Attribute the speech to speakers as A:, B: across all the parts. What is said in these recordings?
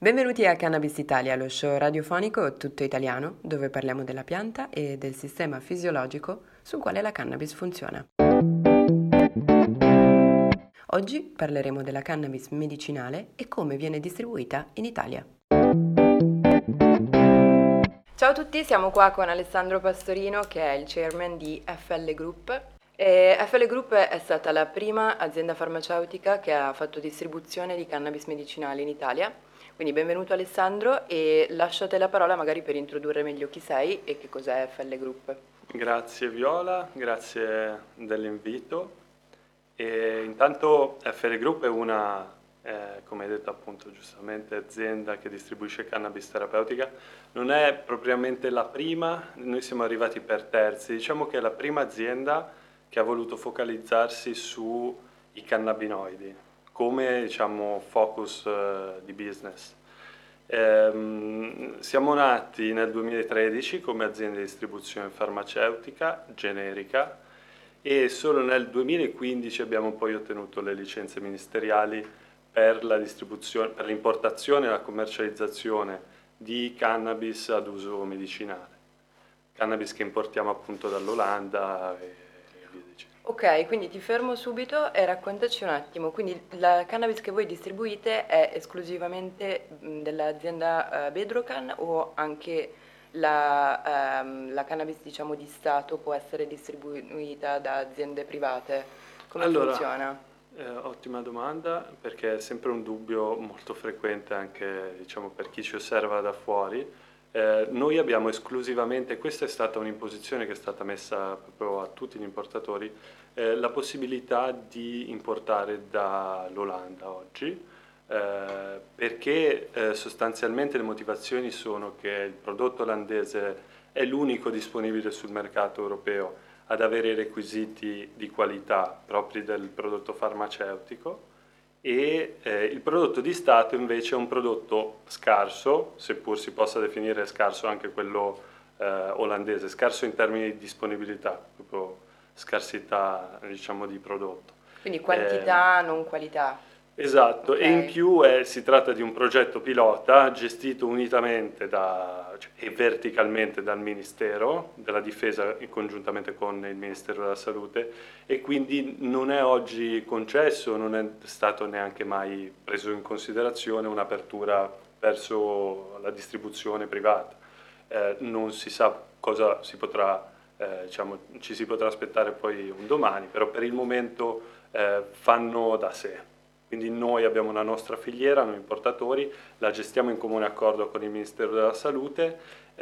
A: Benvenuti a Cannabis Italia, lo show radiofonico tutto italiano dove parliamo della pianta e del sistema fisiologico sul quale la cannabis funziona. Oggi parleremo della cannabis medicinale e come viene distribuita in Italia. Ciao a tutti, siamo qua con Alessandro Pastorino che è il chairman di FL Group. FL Group è stata la prima azienda farmaceutica che ha fatto distribuzione di cannabis medicinale in Italia. Quindi benvenuto Alessandro e lasciate la parola magari per introdurre meglio chi sei e che cos'è FL Group.
B: Grazie Viola, grazie dell'invito. E intanto FL Group è una, come hai detto appunto giustamente, azienda che distribuisce cannabis terapeutica. Non è propriamente la prima, noi siamo arrivati per terzi. Diciamo che è la prima azienda che ha voluto focalizzarsi sui cannabinoidi come diciamo focus di business. Siamo nati nel 2013 come azienda di distribuzione farmaceutica generica e solo nel 2015 abbiamo poi ottenuto le licenze ministeriali per la distribuzione, per l'importazione e la commercializzazione di cannabis ad uso medicinale. Cannabis che importiamo appunto dall'Olanda e via dicendo.
A: Ok, quindi ti fermo subito e raccontaci un attimo. Quindi la cannabis che voi distribuite è esclusivamente dell'azienda Bedrocan o anche la cannabis diciamo di Stato può essere distribuita da aziende private? Come funziona?
B: Ottima domanda perché è sempre un dubbio molto frequente anche diciamo, per chi ci osserva da fuori. Noi abbiamo esclusivamente, questa è stata un'imposizione che è stata messa proprio a tutti gli importatori, la possibilità di importare dall'Olanda oggi, perché sostanzialmente le motivazioni sono che il prodotto olandese è l'unico disponibile sul mercato europeo ad avere i requisiti di qualità propri del prodotto farmaceutico e il prodotto di Stato invece è un prodotto scarso, seppur si possa definire scarso anche quello olandese, scarso in termini di disponibilità, proprio scarsità diciamo di prodotto.
A: Quindi quantità, non qualità.
B: Esatto,
A: Ok.
B: e in più si tratta di un progetto pilota gestito unitamente e verticalmente dal Ministero della Difesa congiuntamente con il Ministero della Salute e quindi non è oggi concesso, non è stato neanche mai preso in considerazione un'apertura verso la distribuzione privata. Non si sa cosa si potrà, diciamo, ci si potrà aspettare poi un domani, però per il momento fanno da sé. Quindi noi abbiamo una nostra filiera, noi importatori, la gestiamo in comune accordo con il Ministero della Salute,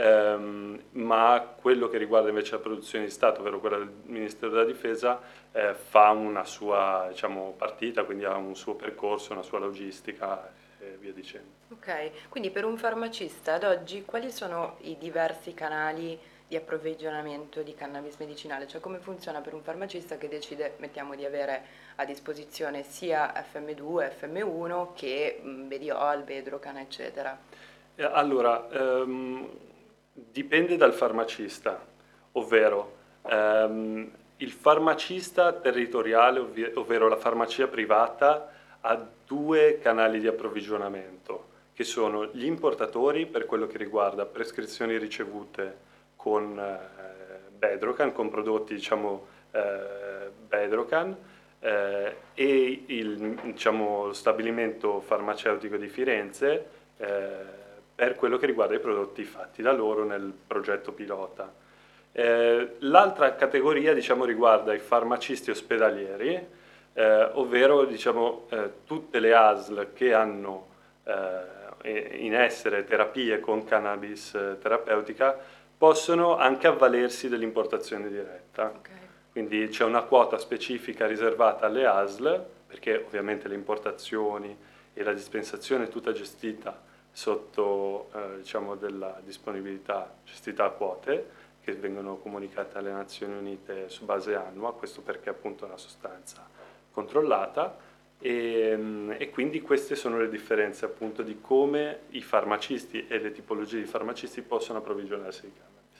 B: ma quello che riguarda invece la produzione di Stato, ovvero quella del Ministero della Difesa, fa una sua diciamo, partita, quindi ha un suo percorso, una sua logistica e via dicendo.
A: Ok, quindi per un farmacista ad oggi quali sono i diversi canali di approvvigionamento di cannabis medicinale? Cioè come funziona per un farmacista che decide, mettiamo, di avere a disposizione sia FM2, FM1 che Bediol, Bedrocan, eccetera?
B: Allora, dipende dal farmacista, ovvero il farmacista territoriale, ovvero la farmacia privata, ha due canali di approvvigionamento, che sono gli importatori per quello che riguarda prescrizioni ricevute con Bedrocan, con prodotti diciamo Bedrocan, e diciamo, lo stabilimento farmaceutico di Firenze per quello che riguarda i prodotti fatti da loro nel progetto pilota. L'altra categoria diciamo, riguarda i farmacisti ospedalieri, ovvero diciamo, tutte le ASL che hanno in essere terapie con cannabis terapeutica possono anche avvalersi dell'importazione diretta.
A: Ok.
B: Quindi c'è una quota specifica riservata alle ASL, perché ovviamente le importazioni e la dispensazione è tutta gestita sotto diciamo della disponibilità gestita a quote che vengono comunicate alle Nazioni Unite su base annua, questo perché appunto è una sostanza controllata e quindi queste sono le differenze appunto di come i farmacisti e le tipologie di farmacisti possono approvvigionarsi di cannabis.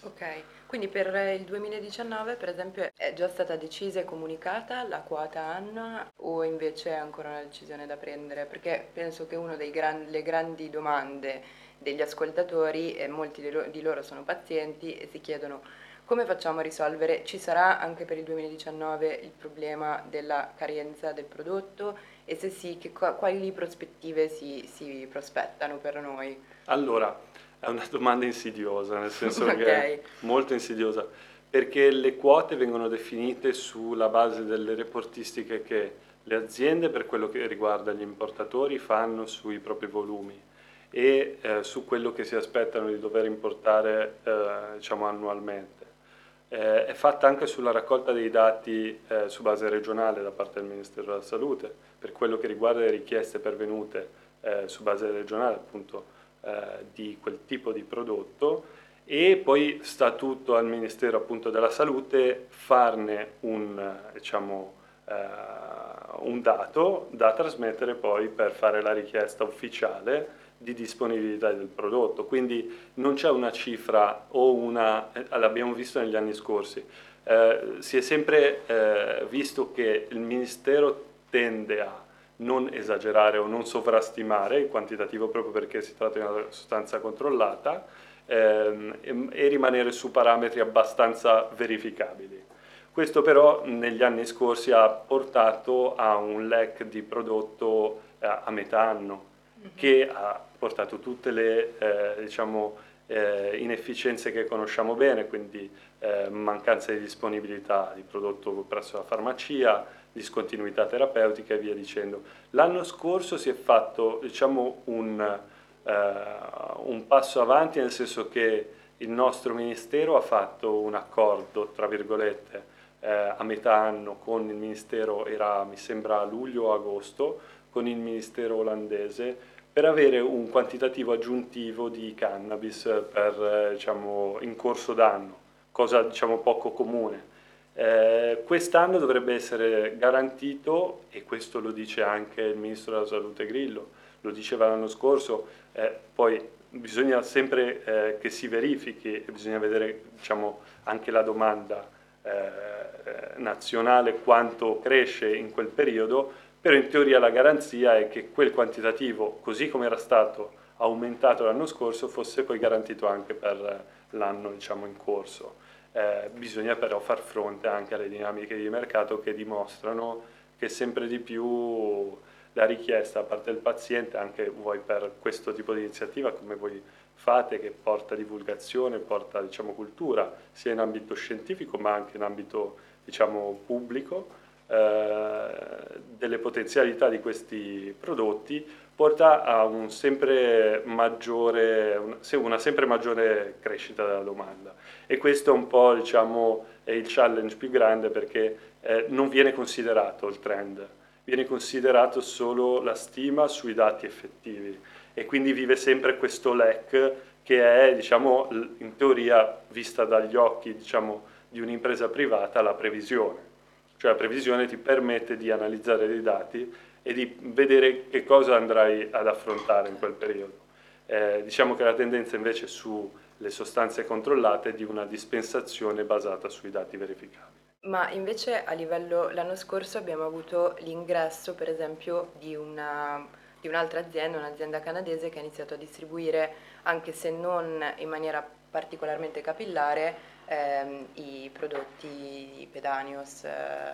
A: Ok, quindi per il 2019 per esempio è già stata decisa e comunicata la quota annua o invece è ancora una decisione da prendere? Perché penso che una delle grandi domande degli ascoltatori, e molti di loro sono pazienti e si chiedono come facciamo a risolvere, ci sarà anche per il 2019 il problema della carenza del prodotto e se sì, quali prospettive si prospettano per noi?
B: Allora, è una domanda insidiosa, nel senso che è
A: Ok.
B: molto insidiosa, perché le quote vengono definite sulla base delle reportistiche che le aziende, per quello che riguarda gli importatori, fanno sui propri volumi e su quello che si aspettano di dover importare, diciamo, annualmente. È fatta anche sulla raccolta dei dati su base regionale da parte del Ministero della Salute, per quello che riguarda le richieste pervenute su base regionale, appunto, di quel tipo di prodotto, e poi sta tutto al Ministero, appunto, della Salute farne diciamo, un dato da trasmettere poi per fare la richiesta ufficiale di disponibilità del prodotto. Quindi non c'è una cifra o l'abbiamo visto negli anni scorsi, si è sempre visto che il Ministero tende a non esagerare o non sovrastimare il quantitativo proprio perché si tratta di una sostanza controllata e rimanere su parametri abbastanza verificabili. Questo però negli anni scorsi ha portato a un lack di prodotto a metà anno, che ha portato tutte le diciamo, inefficienze che conosciamo bene, quindi mancanza di disponibilità di prodotto presso la farmacia, discontinuità terapeutica e via dicendo. L'anno scorso si è fatto, diciamo, un passo avanti, nel senso che il nostro Ministero ha fatto un accordo, tra virgolette, a metà anno con il Ministero, era mi sembra a luglio o agosto, con il Ministero olandese, per avere un quantitativo aggiuntivo di cannabis diciamo, in corso d'anno, cosa diciamo poco comune. Quest'anno dovrebbe essere garantito, e questo lo dice anche il Ministro della Salute Grillo, lo diceva l'anno scorso, poi bisogna sempre che si verifichi e bisogna vedere diciamo, anche la domanda nazionale quanto cresce in quel periodo, però in teoria la garanzia è che quel quantitativo, così come era stato aumentato l'anno scorso, fosse poi garantito anche per l'anno diciamo, in corso. Bisogna però far fronte anche alle dinamiche di mercato che dimostrano che sempre di più la richiesta da parte del paziente, anche voi per questo tipo di iniziativa come voi fate, che porta divulgazione, porta diciamo, cultura, sia in ambito scientifico ma anche in ambito diciamo, pubblico, delle potenzialità di questi prodotti, porta a una sempre maggiore crescita della domanda. E questo è un po' diciamo, è il challenge più grande, perché non viene considerato il trend, viene considerato solo la stima sui dati effettivi, e quindi vive sempre questo lack che è diciamo, in teoria vista dagli occhi diciamo, di un'impresa privata la previsione. Cioè la previsione ti permette di analizzare dei dati e di vedere che cosa andrai ad affrontare in quel periodo. Diciamo che la tendenza invece sulle sostanze controllate è di una dispensazione basata sui dati verificabili.
A: Ma invece a livello, l'anno scorso abbiamo avuto l'ingresso, per esempio, di un'altra azienda, un'azienda canadese che ha iniziato a distribuire, anche se non in maniera particolarmente capillare, i prodotti Pedanios,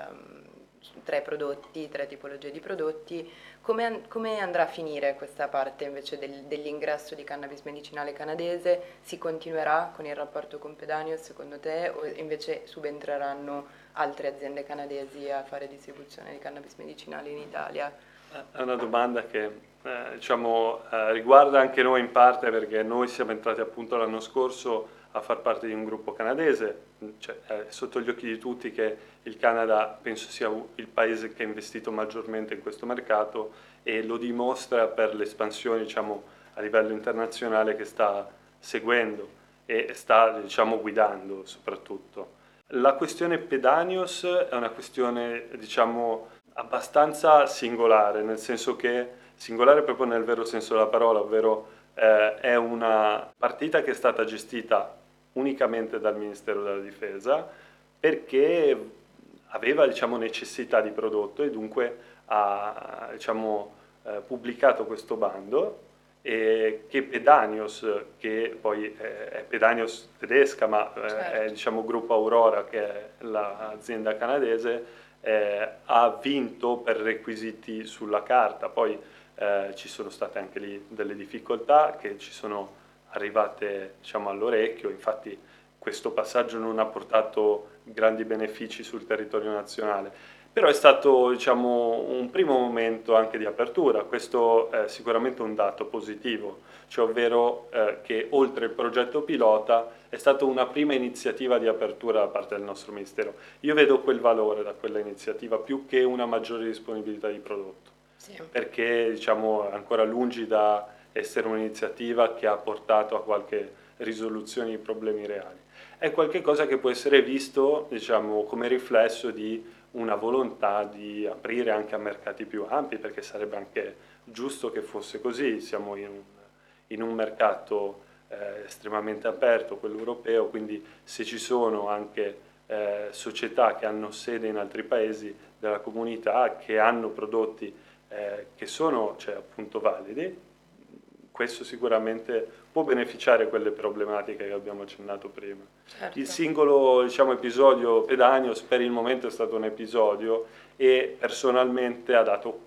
A: tre prodotti, tre tipologie di prodotti. Come andrà a finire questa parte invece dell'ingresso di cannabis medicinale canadese? Si continuerà con il rapporto con Pedanios secondo te o invece subentreranno altre aziende canadesi a fare distribuzione di cannabis medicinale in Italia?
B: È una domanda che diciamo, riguarda anche noi in parte, perché noi siamo entrati appunto l'anno scorso a far parte di un gruppo canadese, cioè, è sotto gli occhi di tutti che il Canada penso sia il paese che ha investito maggiormente in questo mercato e lo dimostra per l'espansione diciamo, a livello internazionale che sta seguendo e sta diciamo, guidando soprattutto. La questione Pedanios è una questione diciamo, abbastanza singolare, nel senso che singolare proprio nel vero senso della parola, ovvero è una partita che è stata gestita unicamente dal Ministero della Difesa perché aveva, diciamo, necessità di prodotto e dunque ha, diciamo, pubblicato questo bando che Pedanios, che poi è Pedanios tedesca, ma
A: Certo.
B: è, diciamo, Gruppo Aurora, che è l'azienda canadese, ha vinto per requisiti sulla carta. Poi ci sono state anche lì delle difficoltà che ci sono arrivate, diciamo, all'orecchio. Infatti questo passaggio non ha portato grandi benefici sul territorio nazionale, però è stato, diciamo, un primo momento anche di apertura. Questo è sicuramente un dato positivo, cioè ovvero che oltre il progetto pilota è stata una prima iniziativa di apertura da parte del nostro Ministero. Io vedo quel valore da quella iniziativa più che una maggiore disponibilità di prodotto,
A: Sì.
B: perché, diciamo, è ancora lungi da essere un'iniziativa che ha portato a qualche risoluzione di problemi reali. È qualcosa che può essere visto, diciamo, come riflesso di una volontà di aprire anche a mercati più ampi, perché sarebbe anche giusto che fosse così. Siamo in un mercato estremamente aperto, quello europeo, quindi se ci sono anche società che hanno sede in altri paesi della comunità, che hanno prodotti che sono, cioè, appunto validi, questo sicuramente può beneficiare quelle problematiche che abbiamo accennato prima.
A: Certo.
B: Il singolo, diciamo, episodio Pedanios per il momento è stato un episodio e personalmente ha dato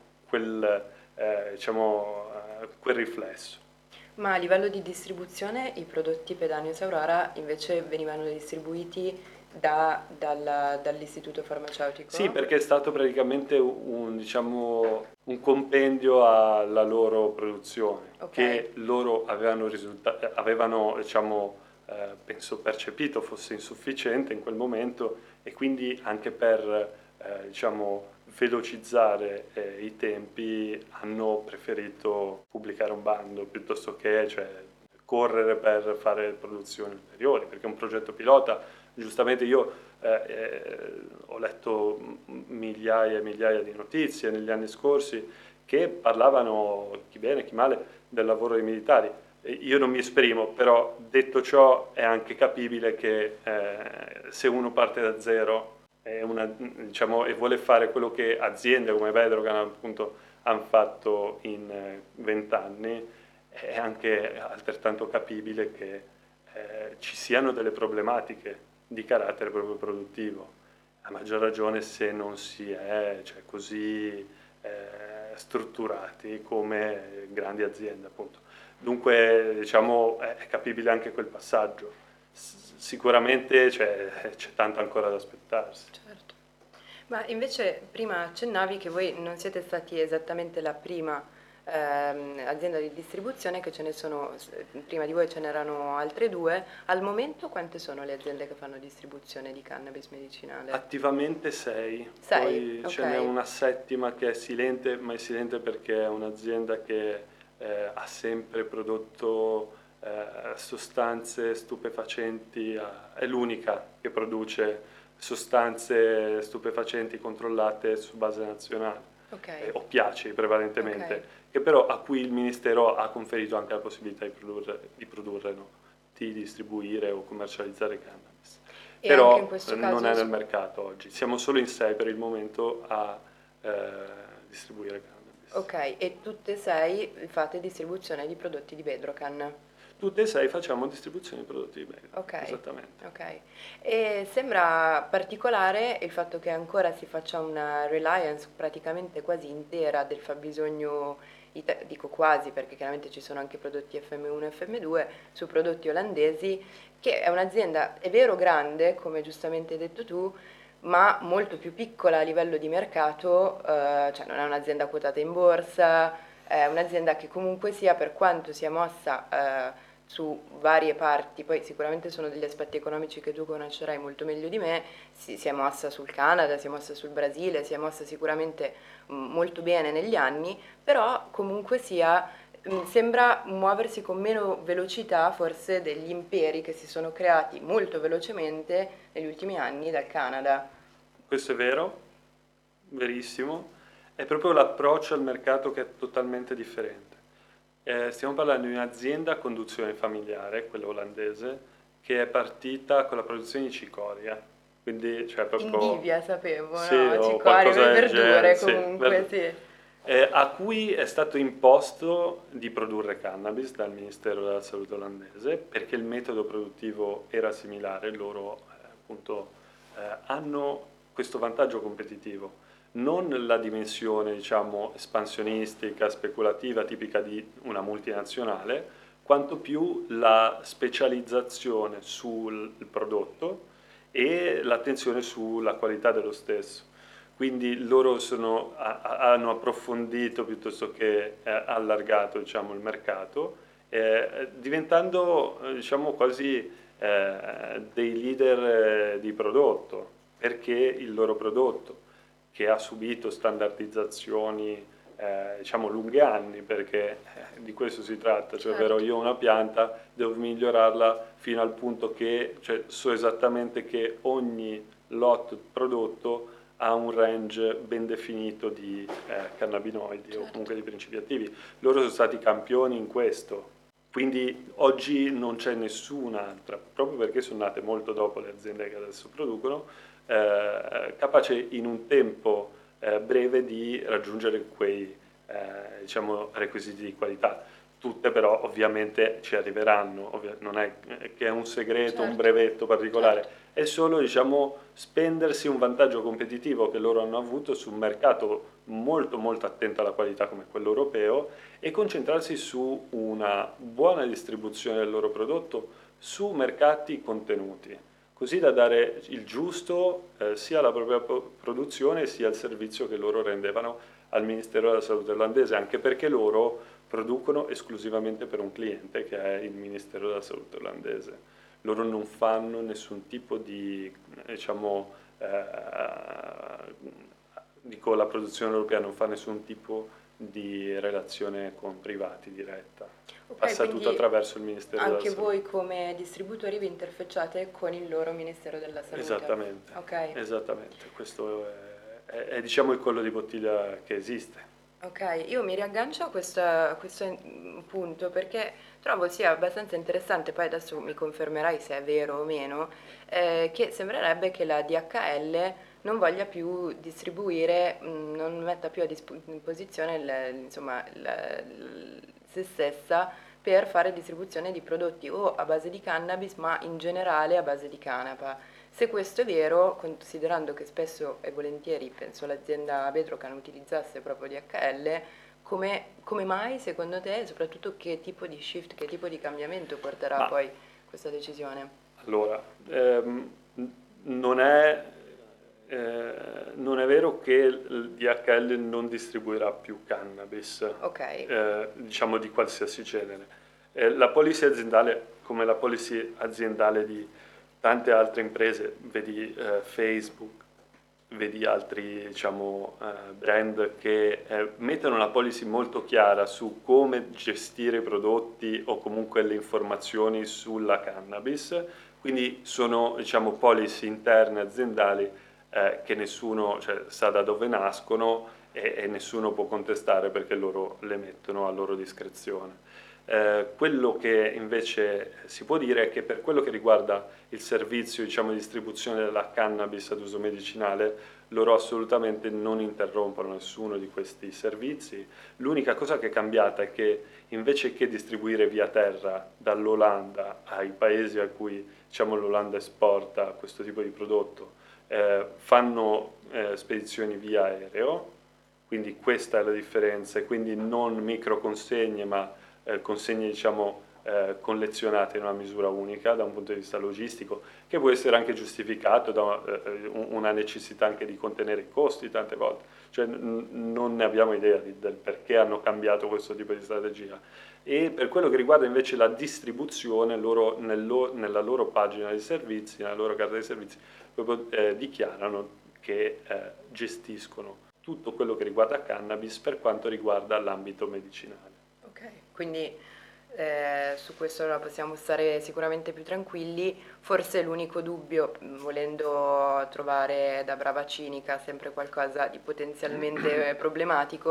B: diciamo, quel riflesso.
A: Ma a livello di distribuzione i prodotti Pedanios Aurora invece venivano distribuiti dall'istituto farmaceutico?
B: Sì, perché è stato praticamente diciamo, un compendio alla loro produzione, che loro avevano diciamo, penso percepito fosse insufficiente in quel momento e quindi anche per diciamo, velocizzare i tempi hanno preferito pubblicare un bando piuttosto che, cioè, correre per fare produzioni ulteriori, perché un progetto pilota, giustamente io ho letto migliaia e migliaia di notizie negli anni scorsi che parlavano, chi bene chi male, del lavoro dei militari. Io non mi esprimo, però detto ciò è anche capibile che se uno parte da zero diciamo, e vuole fare quello che aziende come Bedrocan appunto hanno fatto in 20 anni, è anche altrettanto capibile che ci siano delle problematiche di carattere proprio produttivo, a maggior ragione se non si è, cioè, così strutturati come grandi aziende, appunto. Dunque, diciamo, è capibile anche quel passaggio. Sicuramente c'è tanto ancora da aspettarsi.
A: Certo. Ma invece prima accennavi che voi non siete stati esattamente la prima azienda di distribuzione, che ce ne sono, prima di voi ce n'erano altre due. Al momento quante sono le aziende che fanno distribuzione di cannabis medicinale?
B: Attivamente 6,
A: Sei?
B: poi ce n'è una settima che è silente, ma è silente perché è un'azienda che ha sempre prodotto sostanze stupefacenti, è l'unica che produce sostanze stupefacenti controllate su base nazionale, oppiacei prevalentemente, che però a cui il Ministero ha conferito anche la possibilità di produrre, no? Di distribuire o commercializzare cannabis.
A: E
B: Però
A: anche in questo caso
B: non è nel mercato oggi, siamo solo in 6 per il momento a distribuire cannabis.
A: Ok, e tutte e 6 fate distribuzione di prodotti di Bedrocan?
B: Tutte e 6 facciamo distribuzione di prodotti di bene.
A: Ok.
B: Esattamente.
A: Ok. E sembra particolare il fatto che ancora si faccia una reliance praticamente quasi intera del fabbisogno, dico quasi perché chiaramente ci sono anche prodotti FM1 e FM2, su prodotti olandesi, che è un'azienda, è vero, grande, come giustamente hai detto tu, ma molto più piccola a livello di mercato, cioè non è un'azienda quotata in borsa, è un'azienda che comunque sia, per quanto sia mossa su varie parti, poi sicuramente sono degli aspetti economici che tu conoscerai molto meglio di me, si è mossa sul Canada, si è mossa sul Brasile, si è mossa sicuramente molto bene negli anni, però comunque sia sembra muoversi con meno velocità forse degli imperi che si sono creati molto velocemente negli ultimi anni dal Canada.
B: Questo è vero, verissimo, è proprio l'approccio al mercato che è totalmente differente. Stiamo parlando di un'azienda a conduzione familiare, quella olandese, che è partita con la produzione di cicoria, quindi cioè proprio
A: Indivia, sapevo,
B: sì,
A: no?
B: o
A: Cicorie,
B: qualcosa del genere,
A: verdure
B: sì,
A: comunque, sì.
B: a cui è stato imposto di produrre cannabis dal Ministero della Salute olandese perché il metodo produttivo era similare, loro appunto hanno questo vantaggio competitivo, non la dimensione diciamo espansionistica, speculativa tipica di una multinazionale, quanto più la specializzazione sul prodotto e l'attenzione sulla qualità dello stesso. Quindi loro hanno approfondito piuttosto che allargato diciamo, il mercato, diventando diciamo, quasi dei leader di prodotto, perché il loro prodotto, che ha subito standardizzazioni diciamo lunghi anni, perché di questo si tratta, cioè ovvero
A: Certo,
B: io ho una pianta, devo migliorarla fino al punto che cioè, so esattamente che ogni lot prodotto ha un range ben definito di cannabinoidi o
A: certo.
B: comunque di principi attivi. Loro sono stati campioni in questo. Quindi oggi non c'è nessun'altra, proprio perché sono nate molto dopo le aziende che adesso producono, capace in un tempo breve di raggiungere quei diciamo, requisiti di qualità. Tutte però ovviamente ci arriveranno, non è che è un segreto, un
A: Certo,
B: brevetto
A: certo.
B: particolare, è solo diciamo, spendersi un vantaggio competitivo che loro hanno avuto su un mercato molto molto attento alla qualità come quello europeo e concentrarsi su una buona distribuzione del loro prodotto su mercati contenuti, così da dare il giusto sia alla propria produzione sia al servizio che loro rendevano al Ministero della Salute olandese, anche perché loro producono esclusivamente per un cliente che è il Ministero della Salute olandese. Loro non fanno nessun tipo di, diciamo, dico la produzione europea non fa nessun tipo di relazione con privati diretta,
A: Ok,
B: passa tutto
A: quindi
B: attraverso il Ministero della
A: anche
B: Salute.
A: voi come distributori vi interfacciate con il loro Ministero della Salute.
B: Esattamente,
A: Ok.
B: esattamente, questo è, diciamo il collo di bottiglia che esiste.
A: Ok, io mi riaggancio a questo punto perché trovo sia abbastanza interessante, poi adesso mi confermerai se è vero o meno, che sembrerebbe che la DHL non voglia più distribuire, non metta più a disposizione insomma, se stessa per fare distribuzione di prodotti o a base di cannabis, ma in generale a base di canapa. Se questo è vero, considerando che spesso e volentieri penso l'azienda Bedrocan utilizzasse proprio DHL, come mai secondo te, e soprattutto che tipo di shift, che tipo di cambiamento porterà
B: Ma
A: poi questa decisione?
B: allora, non è, non è vero che il DHL non distribuirà più cannabis,
A: Ok,
B: diciamo di qualsiasi genere. La policy aziendale, come la policy aziendale di tante altre imprese, vedi Facebook, vedi altri diciamo, brand che mettono una policy molto chiara su come gestire i prodotti o comunque le informazioni sulla cannabis, quindi sono diciamo, policy interne aziendali che nessuno cioè, sa da dove nascono e nessuno può contestare perché loro le mettono a loro discrezione. Quello che invece si può dire è che per quello che riguarda il servizio diciamo, di distribuzione della cannabis ad uso medicinale, loro assolutamente non interrompono nessuno di questi servizi. L'unica cosa che è cambiata è che invece che distribuire via terra dall'Olanda ai paesi a cui diciamo, l'Olanda esporta questo tipo di prodotto, fanno spedizioni via aereo, quindi questa è la differenza, e quindi non microconsegne ma consegne diciamo, collezionate in una misura unica da un punto di vista logistico, che può essere anche giustificato da una necessità anche di contenere i costi tante volte, cioè non ne abbiamo idea del perché hanno cambiato questo tipo di strategia. E per quello che riguarda invece la distribuzione, loro nella loro pagina di servizi, nella loro carta di servizi, proprio dichiarano che gestiscono tutto quello che riguarda cannabis per quanto riguarda l'ambito medicinale.
A: ok. Quindi su questo la possiamo stare sicuramente più tranquilli. Forse l'unico dubbio, volendo trovare da brava cinica sempre qualcosa di potenzialmente problematico,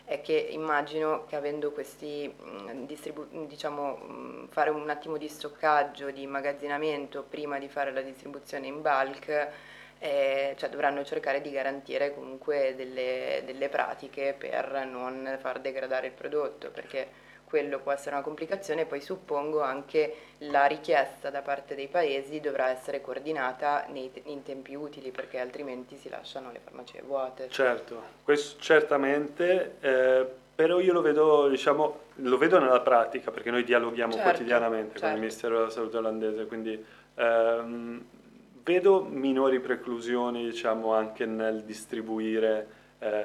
A: è che immagino che avendo questi, diciamo, fare un attimo di stoccaggio, di immagazzinamento prima di fare la distribuzione in bulk, cioè dovranno cercare di garantire comunque delle pratiche per non far degradare il prodotto, perché quello può essere una complicazione. E poi suppongo anche la richiesta da parte dei paesi dovrà essere coordinata in tempi utili, perché altrimenti si lasciano le farmacie vuote.
B: Certo, questo certamente, però io lo vedo, diciamo, lo vedo nella pratica, perché noi dialoghiamo
A: Certo,
B: quotidianamente con il
A: certo.
B: Ministero della Salute olandese, quindi ehm, vedo minori preclusioni, diciamo, anche nel distribuire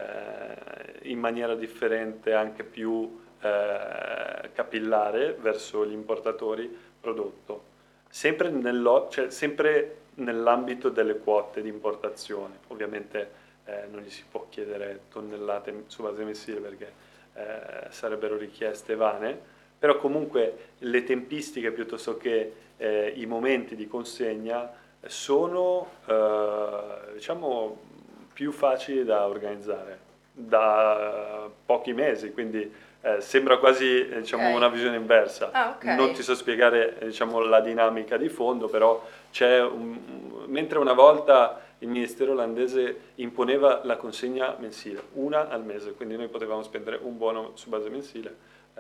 B: in maniera differente, anche più capillare verso gli importatori prodotto, cioè, sempre nell'ambito delle quote di importazione. Ovviamente non gli si può chiedere tonnellate su base mensile perché sarebbero richieste vane, però comunque le tempistiche piuttosto che i momenti di consegna sono diciamo più facili da organizzare da pochi mesi, quindi sembra quasi diciamo, una
A: Ok.
B: visione inversa.
A: Ah, ok.
B: Non ti so spiegare diciamo, la dinamica di fondo, però mentre una volta il ministero olandese imponeva la consegna mensile, una al mese, quindi noi potevamo spendere un buono su base mensile.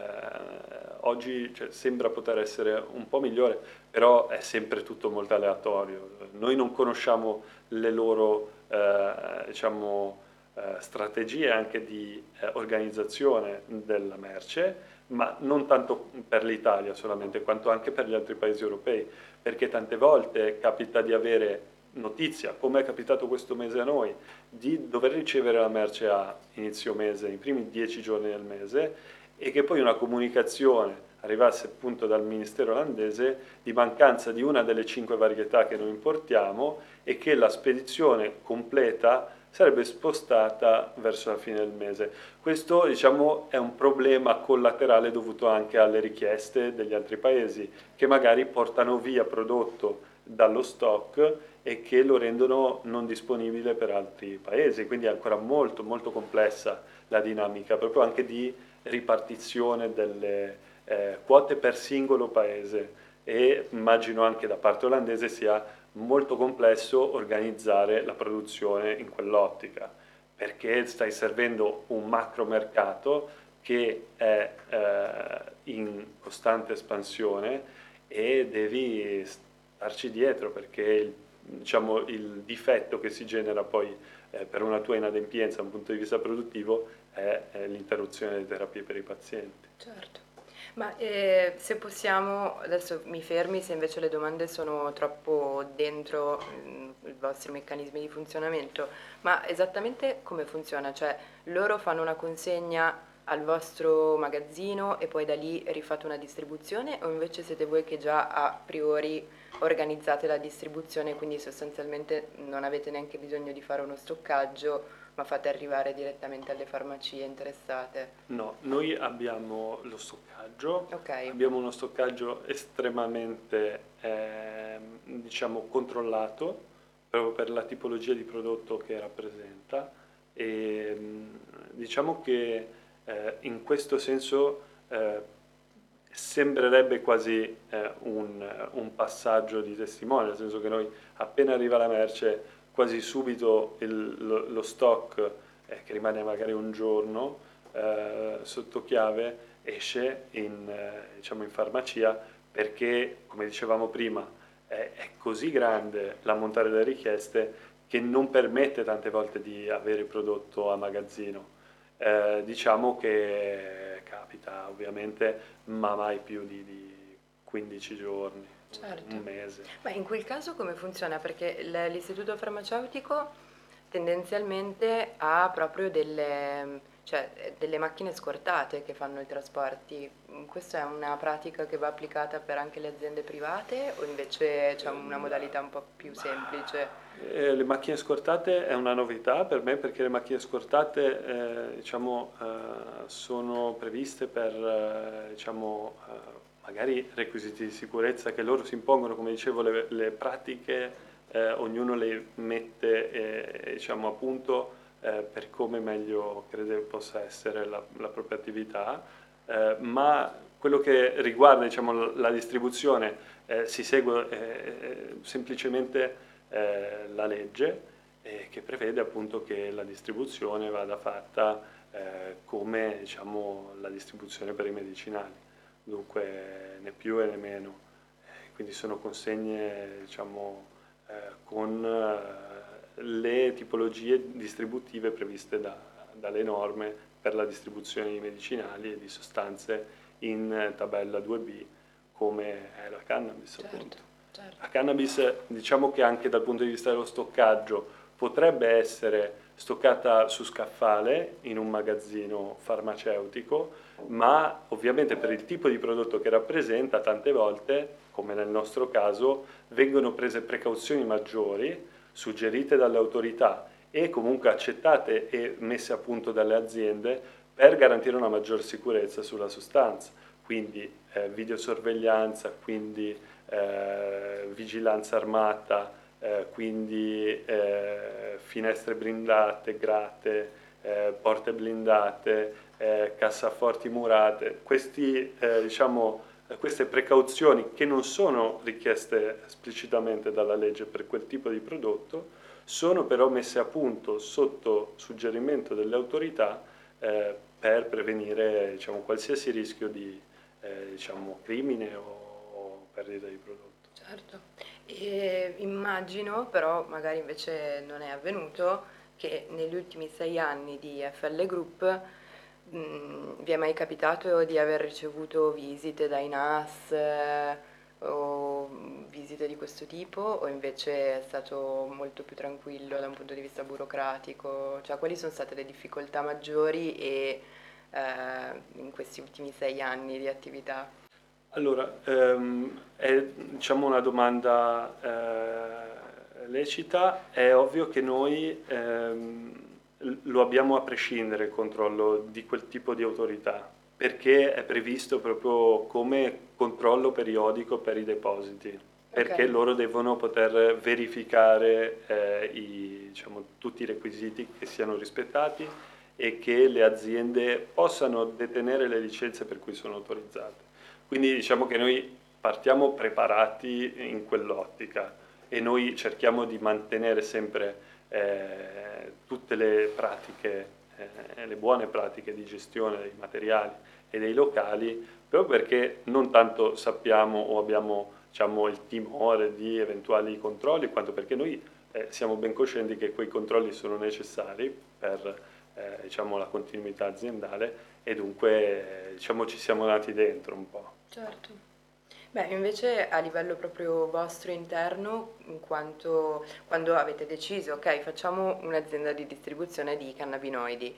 B: Oggi cioè, sembra poter essere un po' migliore, però è sempre tutto molto aleatorio. Noi non conosciamo le loro diciamo, strategie anche di organizzazione della merce, ma non tanto per l'Italia solamente, quanto anche per gli altri paesi europei, perché tante volte capita di avere notizia, come è capitato questo mese a noi, di dover ricevere la merce a inizio mese, i primi 10 giorni del mese, e che poi una comunicazione arrivasse appunto dal Ministero olandese di mancanza di una delle 5 varietà che noi importiamo e che la spedizione completa sarebbe spostata verso la fine del mese. Questo, diciamo, è un problema collaterale dovuto anche alle richieste degli altri paesi che magari portano via prodotto dallo stock e che lo rendono non disponibile per altri paesi, quindi è ancora molto molto complessa la dinamica proprio anche di ripartizione delle quote per singolo paese e immagino anche da parte olandese sia molto complesso organizzare la produzione in quell'ottica, perché stai servendo un macro mercato che è in costante espansione e devi starci dietro perché diciamo, il difetto che si genera poi per una tua inadempienza da un punto di vista produttivo è l'interruzione delle terapie per i pazienti.
A: Certo. Ma se possiamo, adesso mi fermi se invece le domande sono troppo dentro i vostri meccanismi di funzionamento, ma esattamente come funziona? Cioè, loro fanno una consegna al vostro magazzino e poi da lì rifate una distribuzione, o invece siete voi che già a priori organizzate la distribuzione, quindi sostanzialmente non avete neanche bisogno di fare uno stoccaggio, ma fate arrivare direttamente alle farmacie interessate?
B: No, noi abbiamo lo stoccaggio,
A: Ok.
B: abbiamo uno stoccaggio estremamente diciamo, controllato proprio per la tipologia di prodotto che rappresenta e diciamo che in questo senso sembrerebbe quasi un passaggio di testimone, nel senso che noi appena arriva la merce quasi subito lo stock che rimane magari un giorno sotto chiave esce diciamo in farmacia perché, come dicevamo prima, è così grande l'ammontare delle richieste che non permette tante volte di avere prodotto a magazzino. Diciamo che capita ovviamente, ma mai più di 15 giorni, un
A: Certo.
B: mese.
A: Ma in quel caso come funziona? Perché l'istituto farmaceutico tendenzialmente ha proprio cioè, delle macchine scortate che fanno i trasporti. Questa è una pratica che va applicata per anche le aziende private o invece c'è una modalità un po' più semplice?
B: Le macchine scortate è una novità per me perché le macchine scortate diciamo, sono previste per diciamo, magari requisiti di sicurezza che loro si impongono, come dicevo, le pratiche ognuno le mette diciamo, a punto per come meglio crede possa essere la propria attività, ma quello che riguarda diciamo, la distribuzione si segue semplicemente la legge che prevede appunto che la distribuzione vada fatta come diciamo, la distribuzione per i medicinali, dunque né più e né meno. Quindi sono consegne diciamo, con le tipologie distributive previste dalle norme per la distribuzione di medicinali e di sostanze in tabella 2b come è la cannabis appunto.
A: Certo.
B: La cannabis diciamo che anche dal punto di vista dello stoccaggio potrebbe essere stoccata su scaffale in un magazzino farmaceutico, ma ovviamente per il tipo di prodotto che rappresenta tante volte, come nel nostro caso, vengono prese precauzioni maggiori suggerite dalle autorità e comunque accettate e messe a punto dalle aziende per garantire una maggior sicurezza sulla sostanza, quindi videosorveglianza, quindi vigilanza armata, quindi finestre blindate, grate, porte blindate, cassaforti murate. Queste precauzioni che non sono richieste esplicitamente dalla legge per quel tipo di prodotto, sono però messe a punto sotto suggerimento delle autorità per prevenire diciamo, qualsiasi rischio di diciamo, crimine o perdita di prodotto.
A: Certo, e immagino, però magari invece non è avvenuto, che negli ultimi 6 anni di FL Group vi è mai capitato di aver ricevuto visite dai NAS o visite di questo tipo, o invece è stato molto più tranquillo da un punto di vista burocratico? Cioè, quali sono state le difficoltà maggiori in questi ultimi 6 anni di attività?
B: Allora, è diciamo una domanda lecita, è ovvio che noi lo abbiamo a prescindere il controllo di quel tipo di autorità, perché è previsto proprio come controllo periodico per i depositi, perché
A: Ok.
B: loro devono poter verificare diciamo, tutti i requisiti che siano rispettati e che le aziende possano detenere le licenze per cui sono autorizzate. Quindi diciamo che noi partiamo preparati in quell'ottica e noi cerchiamo di mantenere sempre tutte le pratiche, le buone pratiche di gestione dei materiali e dei locali, proprio perché non tanto sappiamo o abbiamo diciamo, il timore di eventuali controlli, quanto perché noi siamo ben coscienti che quei controlli sono necessari per diciamo, la continuità aziendale e dunque diciamo, ci siamo nati dentro un po'.
A: Certo. Beh, invece a livello proprio vostro interno, in quanto quando avete deciso, ok, facciamo un'azienda di distribuzione di cannabinoidi,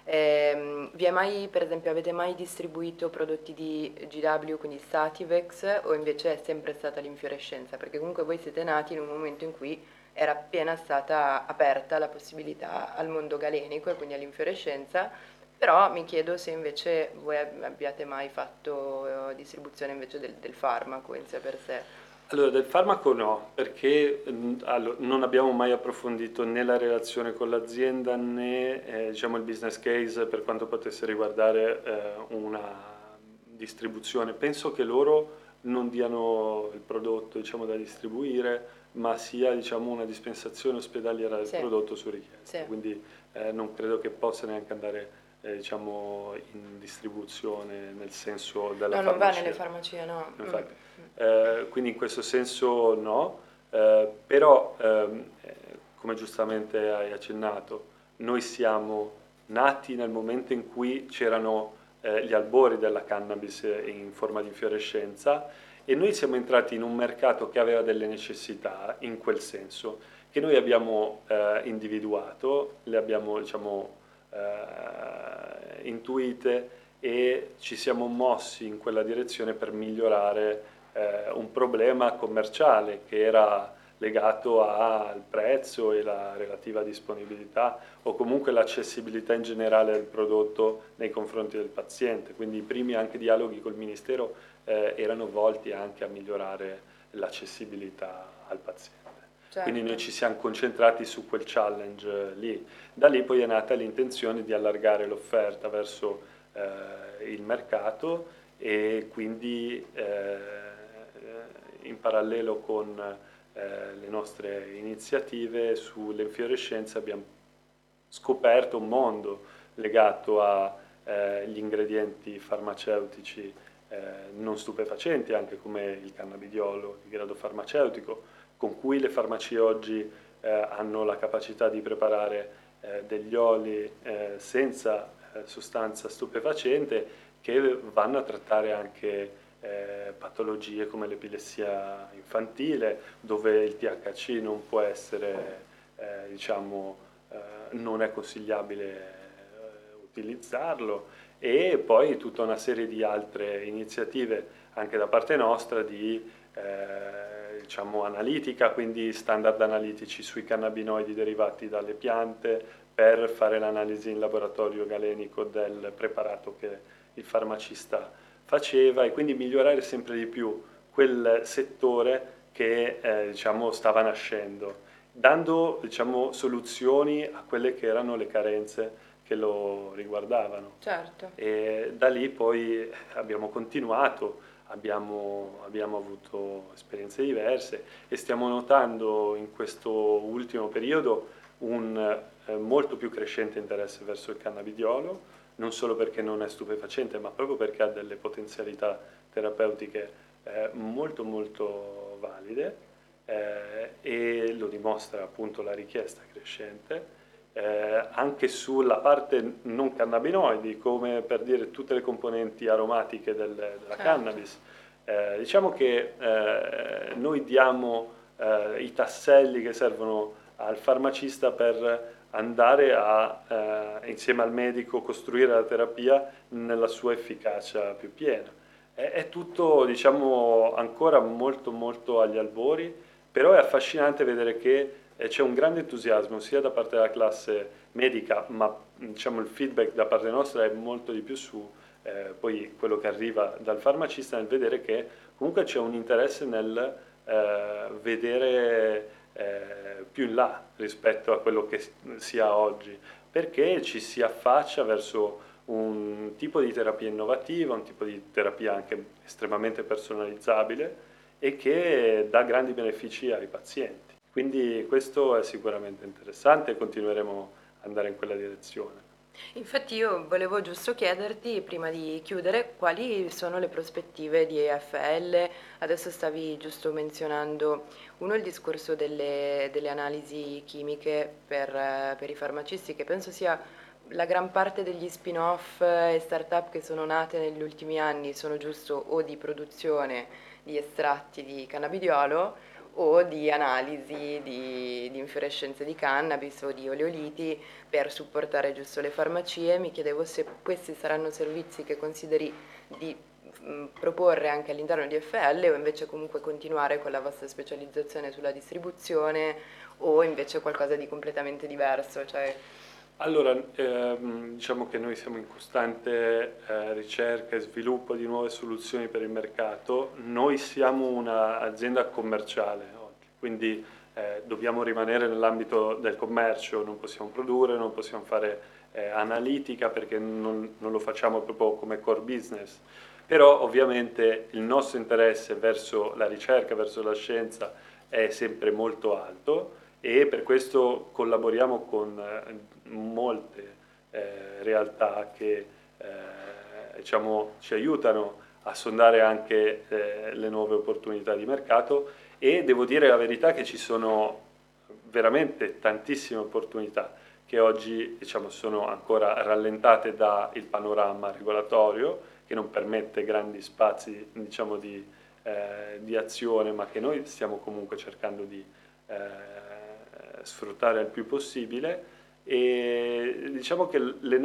A: vi è mai, per esempio, avete mai distribuito prodotti di GW, quindi Sativex, o invece è sempre stata l'infiorescenza? Perché comunque voi siete nati in un momento in cui era appena stata aperta la possibilità al mondo galenico e quindi all'infiorescenza, però mi chiedo se invece voi abbiate mai fatto distribuzione invece del farmaco in sé per sé.
B: Allora, del farmaco no, perché non abbiamo mai approfondito né la relazione con l'azienda né diciamo, il business case per quanto potesse riguardare una distribuzione. Penso che loro non diano il prodotto diciamo, da distribuire, ma sia diciamo, una dispensazione ospedaliera del
A: Sì,
B: prodotto su richiesta.
A: sì.
B: Quindi non credo che possa neanche andare diciamo, in distribuzione nel senso della
A: No, non va nelle
B: farmacia.
A: farmacie, no.
B: Infatti, quindi in questo senso no, però come giustamente hai accennato, noi siamo nati nel momento in cui c'erano gli albori della cannabis in forma di infiorescenza e noi siamo entrati in un mercato che aveva delle necessità in quel senso, che noi abbiamo individuato, le abbiamo diciamo, intuite e ci siamo mossi in quella direzione per migliorare un problema commerciale che era legato al prezzo e la relativa disponibilità o comunque l'accessibilità in generale del prodotto nei confronti del paziente. Quindi i primi anche dialoghi col Ministero erano volti anche a migliorare l'accessibilità al paziente. Quindi noi
A: certo.
B: ci siamo concentrati su quel challenge lì. Da lì poi è nata l'intenzione di allargare l'offerta verso il mercato e quindi in parallelo con le nostre iniziative sulle infiorescenze abbiamo scoperto un mondo legato agli ingredienti farmaceutici non stupefacenti, anche come il cannabidiolo di grado farmaceutico, con cui le farmacie oggi hanno la capacità di preparare degli oli senza sostanza stupefacente che vanno a trattare anche patologie come l'epilessia infantile, dove il THC non può essere, diciamo, non è consigliabile utilizzarlo e poi tutta una serie di altre iniziative anche da parte nostra di diciamo analitica, quindi standard analitici sui cannabinoidi derivati dalle piante per fare l'analisi in laboratorio galenico del preparato che il farmacista faceva e quindi migliorare sempre di più quel settore che diciamo, stava nascendo, dando diciamo, soluzioni a quelle che erano le carenze che lo riguardavano.
A: Certo.
B: E da lì poi abbiamo continuato, abbiamo avuto esperienze diverse e stiamo notando in questo ultimo periodo un molto più crescente interesse verso il cannabidiolo, non solo perché non è stupefacente, ma proprio perché ha delle potenzialità terapeutiche molto molto valide e lo dimostra appunto la richiesta crescente. Anche sulla parte non cannabinoidi, come per dire tutte le componenti aromatiche della
A: Certo.
B: cannabis. Diciamo che noi diamo i tasselli che servono al farmacista per andare a, insieme al medico, costruire la terapia nella sua efficacia più piena. È tutto, diciamo, ancora molto molto agli albori, però è affascinante vedere che c'è un grande entusiasmo sia da parte della classe medica, ma diciamo il feedback da parte nostra è molto di più su poi quello che arriva dal farmacista nel vedere che comunque c'è un interesse nel vedere più in là rispetto a quello che si ha oggi, perché ci si affaccia verso un tipo di terapia innovativa, un tipo di terapia anche estremamente personalizzabile e che dà grandi benefici ai pazienti. Quindi questo è sicuramente interessante e continueremo ad andare in quella direzione.
A: Infatti io volevo giusto chiederti, prima di chiudere, quali sono le prospettive di EFL. Adesso stavi giusto menzionando, uno, il discorso delle analisi chimiche per i farmacisti, che penso sia la gran parte degli spin-off e start-up che sono nate negli ultimi anni, sono giusto o di produzione di estratti di cannabidiolo o di analisi di infiorescenze di cannabis o di oleoliti per supportare giusto le farmacie. Mi chiedevo se questi saranno servizi che consideri di proporre anche all'interno di FL o invece comunque continuare con la vostra specializzazione sulla distribuzione o invece qualcosa di completamente diverso, cioè.
B: Allora, diciamo che noi siamo in costante ricerca e sviluppo di nuove soluzioni per il mercato. Noi siamo un'azienda commerciale oggi, quindi dobbiamo rimanere nell'ambito del commercio, non possiamo produrre, non possiamo fare analitica perché non lo facciamo proprio come core business. Però ovviamente il nostro interesse verso la ricerca, verso la scienza è sempre molto alto e per questo collaboriamo con molte realtà che diciamo, ci aiutano a sondare anche le nuove opportunità di mercato e devo dire la verità che ci sono veramente tantissime opportunità che oggi diciamo, sono ancora rallentate dal panorama regolatorio che non permette grandi spazi diciamo, di azione ma che noi stiamo comunque cercando di sfruttare il più possibile e diciamo che le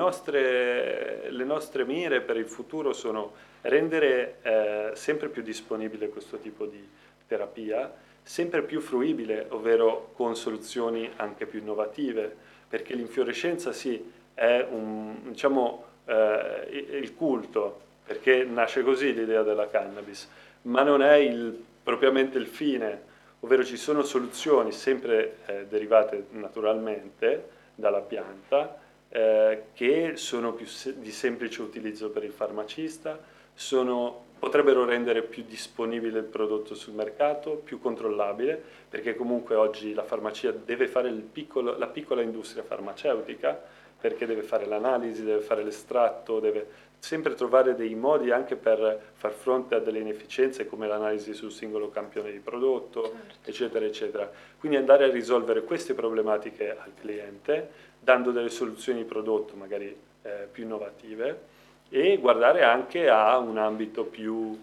B: nostre mire per il futuro sono rendere sempre più disponibile questo tipo di terapia, sempre più fruibile, ovvero con soluzioni anche più innovative, perché l'infiorescenza sì è diciamo, il culto, perché nasce così l'idea della cannabis, ma non è propriamente il fine ovvero ci sono soluzioni sempre derivate naturalmente dalla pianta, che sono di semplice utilizzo per il farmacista, potrebbero rendere più disponibile il prodotto sul mercato, più controllabile, perché comunque oggi la farmacia deve fare la piccola industria farmaceutica, perché deve fare l'analisi, deve fare l'estratto, deve sempre trovare dei modi anche per far fronte a delle inefficienze come l'analisi sul singolo campione di prodotto,
A: Certo.
B: eccetera, eccetera. Quindi andare a risolvere queste problematiche al cliente, dando delle soluzioni di prodotto magari più innovative, e guardare anche a un ambito più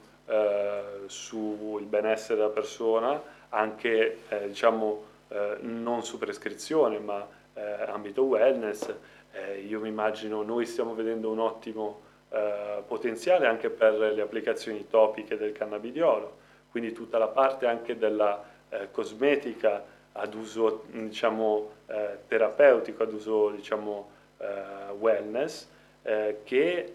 B: sul benessere della persona, anche diciamo non su prescrizione, ma ambito wellness. Io mi immagino, noi stiamo vedendo un ottimo potenziale anche per le applicazioni topiche del cannabidiolo, quindi tutta la parte anche della cosmetica ad uso diciamo terapeutico, ad uso diciamo wellness, che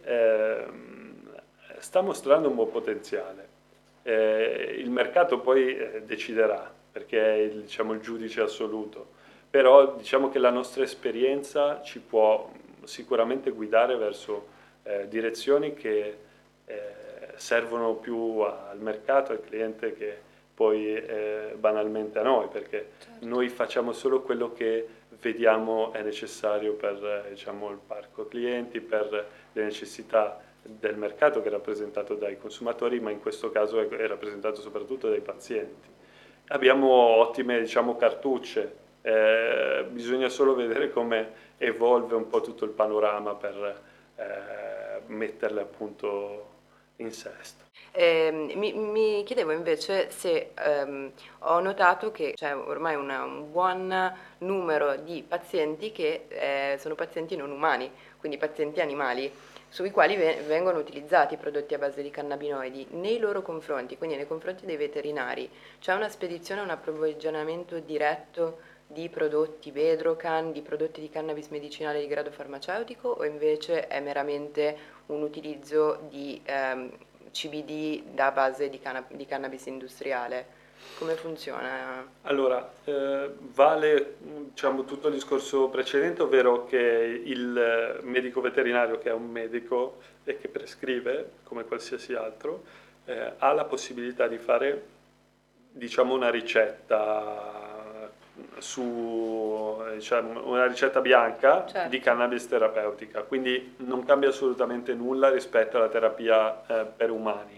B: sta mostrando un buon potenziale. Il mercato poi deciderà, perché è diciamo, il giudice assoluto, però diciamo che la nostra esperienza ci può sicuramente guidare verso direzioni che servono più al mercato, al cliente, che poi banalmente a noi, perché
A: Certo.
B: noi facciamo solo quello che vediamo è necessario per diciamo, il parco clienti, per le necessità del mercato che è rappresentato dai consumatori, ma in questo caso è rappresentato soprattutto dai pazienti. Abbiamo ottime diciamo, cartucce, bisogna solo vedere come evolve un po' tutto il panorama per metterle appunto in sesto.
A: Mi chiedevo invece se ho notato che c'è ormai un buon numero di pazienti che sono pazienti non umani, quindi pazienti animali, sui quali vengono utilizzati prodotti a base di cannabinoidi. Nei loro confronti, quindi nei confronti dei veterinari, c'è una spedizione, un approvvigionamento diretto di prodotti Bedrocan, di prodotti di cannabis medicinale di grado farmaceutico, o invece è meramente un utilizzo di CBD da base di cannabis industriale? Come funziona?
B: Allora, vale diciamo, tutto il discorso precedente, ovvero che il medico veterinario, che è un medico e che prescrive, come qualsiasi altro, ha la possibilità di fare diciamo, una ricetta diciamo, una ricetta bianca di
A: Certo.
B: cannabis terapeutica, quindi non cambia assolutamente nulla rispetto alla terapia per umani.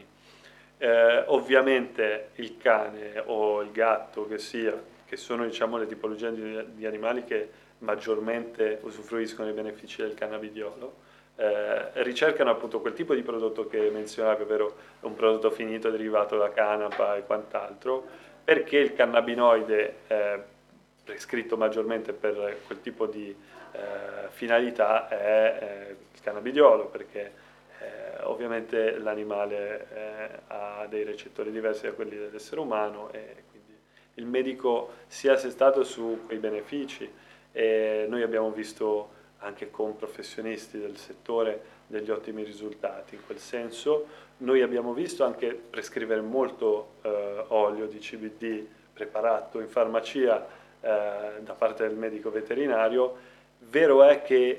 B: Ovviamente il cane o il gatto che sia, che sono diciamo, le tipologie di animali che maggiormente usufruiscono dei benefici del cannabidiolo, ricercano appunto quel tipo di prodotto che menzionavi, ovvero un prodotto finito derivato da canapa e quant'altro, perché il cannabinoide prescritto maggiormente per quel tipo di finalità è il cannabidiolo, perché ovviamente l'animale ha dei recettori diversi da quelli dell'essere umano e quindi il medico si è assestato su quei benefici, e noi abbiamo visto anche con professionisti del settore degli ottimi risultati in quel senso. Noi abbiamo visto anche prescrivere molto olio di CBD preparato in farmacia da parte del medico veterinario. Vero è che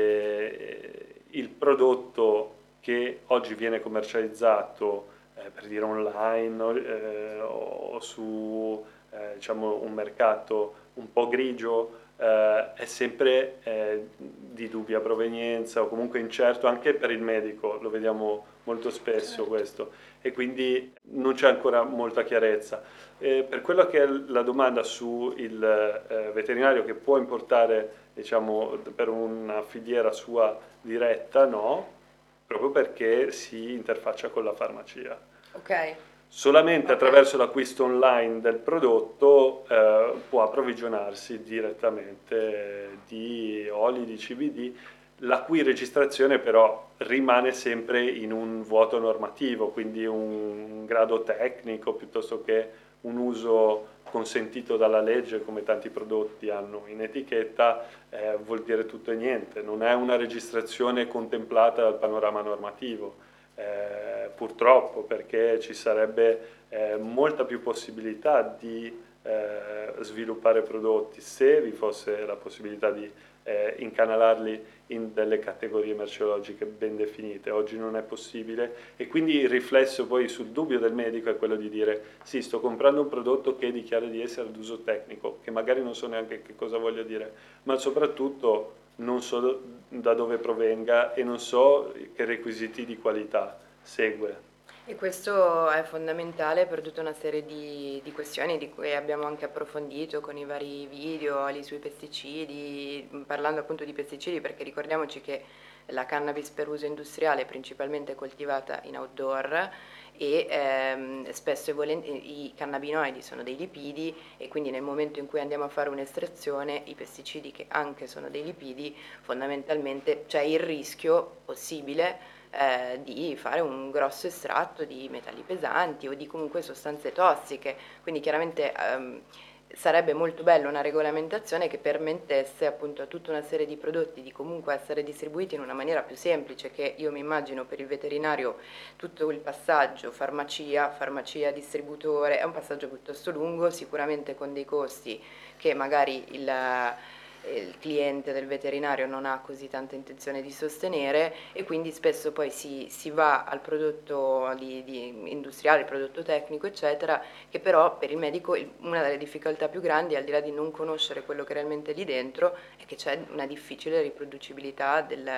B: il prodotto che oggi viene commercializzato per dire online o su diciamo un mercato un po' grigio è sempre di dubbia provenienza o comunque incerto anche per il medico, lo vediamo molto spesso
A: Certo.
B: questo, e quindi non c'è ancora molta chiarezza. Per quello che è la domanda sul veterinario che può importare diciamo, per una filiera sua diretta, no, proprio perché si interfaccia con la farmacia.
A: Ok.
B: Solamente
A: Ok.
B: attraverso l'acquisto online del prodotto può approvvigionarsi direttamente di oli di CBD, la cui registrazione però rimane sempre in un vuoto normativo, quindi un grado tecnico piuttosto che un uso consentito dalla legge, come tanti prodotti hanno in etichetta, vuol dire tutto e niente, non è una registrazione contemplata dal panorama normativo. Purtroppo, perché ci sarebbe molta più possibilità di sviluppare prodotti se vi fosse la possibilità di incanalarli in delle categorie merceologiche ben definite. Oggi non è possibile, e quindi il riflesso poi sul dubbio del medico è quello di dire sì, sto comprando un prodotto che dichiara di essere ad uso tecnico, che magari non so neanche che cosa voglia dire, ma soprattutto non so da dove provenga e non so che requisiti di qualità segue.
A: E questo è fondamentale per tutta una serie di questioni di cui abbiamo anche approfondito con i vari video lì sui pesticidi, parlando appunto di pesticidi, perché ricordiamoci che la cannabis per uso industriale è principalmente coltivata in outdoor e spesso e volentieri i cannabinoidi sono dei lipidi, e quindi nel momento in cui andiamo a fare un'estrazione i pesticidi, che anche sono dei lipidi, fondamentalmente c'è il rischio possibile di fare un grosso estratto di metalli pesanti o di comunque sostanze tossiche. Quindi chiaramente sarebbe molto bello una regolamentazione che permettesse appunto a tutta una serie di prodotti di comunque essere distribuiti in una maniera più semplice, che io mi immagino per il veterinario tutto il passaggio farmacia, distributore è un passaggio piuttosto lungo, sicuramente con dei costi che magari il cliente del veterinario non ha così tanta intenzione di sostenere, e quindi spesso poi si va al prodotto industriale, il prodotto tecnico eccetera, che però per il medico una delle difficoltà più grandi, al di là di non conoscere quello che è realmente lì dentro, è che c'è una difficile riproducibilità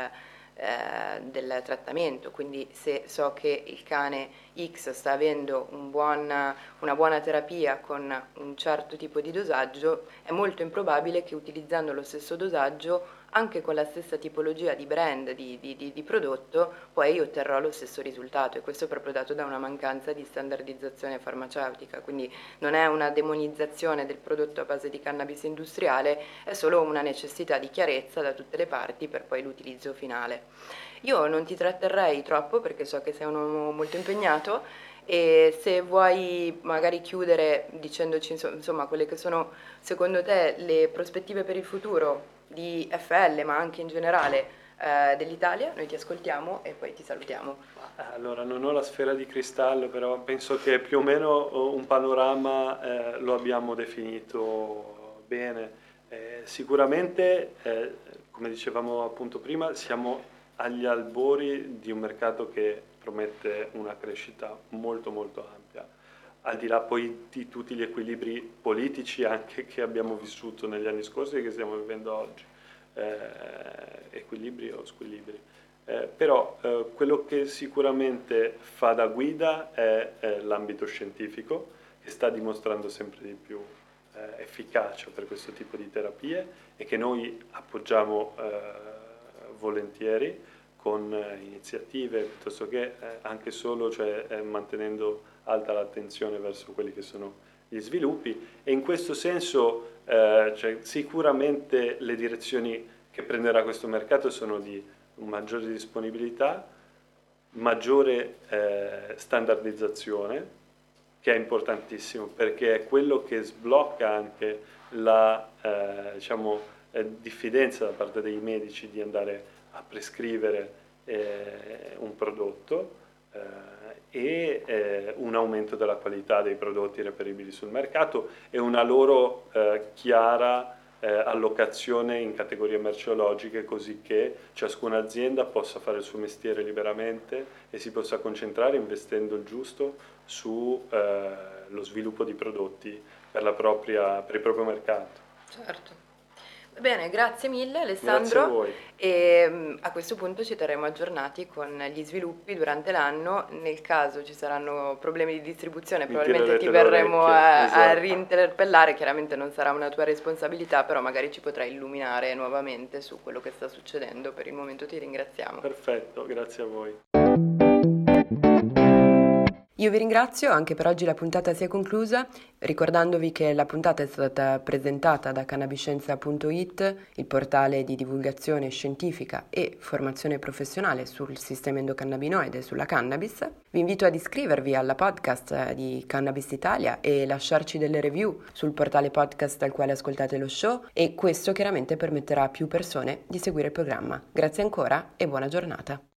A: del trattamento. Quindi se so che il cane X sta avendo una buona terapia con un certo tipo di dosaggio, è molto improbabile che utilizzando lo stesso dosaggio anche con la stessa tipologia di brand di prodotto poi otterrò lo stesso risultato, e questo è proprio dato da una mancanza di standardizzazione farmaceutica. Quindi non è una demonizzazione del prodotto a base di cannabis industriale, è solo una necessità di chiarezza da tutte le parti per poi l'utilizzo finale. Io non ti tratterrei troppo perché so che sei un uomo molto impegnato, e se vuoi magari chiudere dicendoci insomma quelle che sono secondo te le prospettive per il futuro di FL, ma anche in generale dell'Italia, noi ti ascoltiamo e poi ti salutiamo.
B: Allora, non ho la sfera di cristallo, però penso che più o meno un panorama lo abbiamo definito bene. Sicuramente, come dicevamo appunto prima, siamo agli albori di un mercato che promette una crescita molto molto ampia, al di là poi di tutti gli equilibri politici anche che abbiamo vissuto negli anni scorsi e che stiamo vivendo oggi, equilibri o squilibri. Però quello che sicuramente fa da guida è l'ambito scientifico, che sta dimostrando sempre di più efficacia per questo tipo di terapie e che noi appoggiamo volentieri con iniziative, piuttosto che anche solo mantenendo alta l'attenzione verso quelli che sono gli sviluppi, e in questo senso sicuramente le direzioni che prenderà questo mercato sono di maggiore disponibilità, maggiore standardizzazione, che è importantissimo perché è quello che sblocca anche la diffidenza da parte dei medici di andare a prescrivere un prodotto e un aumento della qualità dei prodotti reperibili sul mercato e una loro chiara allocazione in categorie merceologiche, così che ciascuna azienda possa fare il suo mestiere liberamente e si possa concentrare investendo il giusto su lo sviluppo di prodotti per il proprio mercato.
A: Certo. Va bene, grazie mille Alessandro.
B: Grazie a voi.
A: E a questo punto ci terremo aggiornati con gli sviluppi durante l'anno. Nel caso ci saranno problemi di distribuzione, probabilmente ti verremo a rinterpellare. Chiaramente non sarà una tua responsabilità, però magari ci potrai illuminare nuovamente su quello che sta succedendo. Per il momento ti ringraziamo.
B: Perfetto, grazie a voi.
A: Io vi ringrazio, anche per oggi la puntata si è conclusa, ricordandovi che la puntata è stata presentata da cannabiscienza.it, il portale di divulgazione scientifica e formazione professionale sul sistema endocannabinoide e sulla cannabis. Vi invito ad iscrivervi alla podcast di Cannabis Italia e lasciarci delle review sul portale podcast al quale ascoltate lo show, e questo chiaramente permetterà a più persone di seguire il programma. Grazie ancora e buona giornata.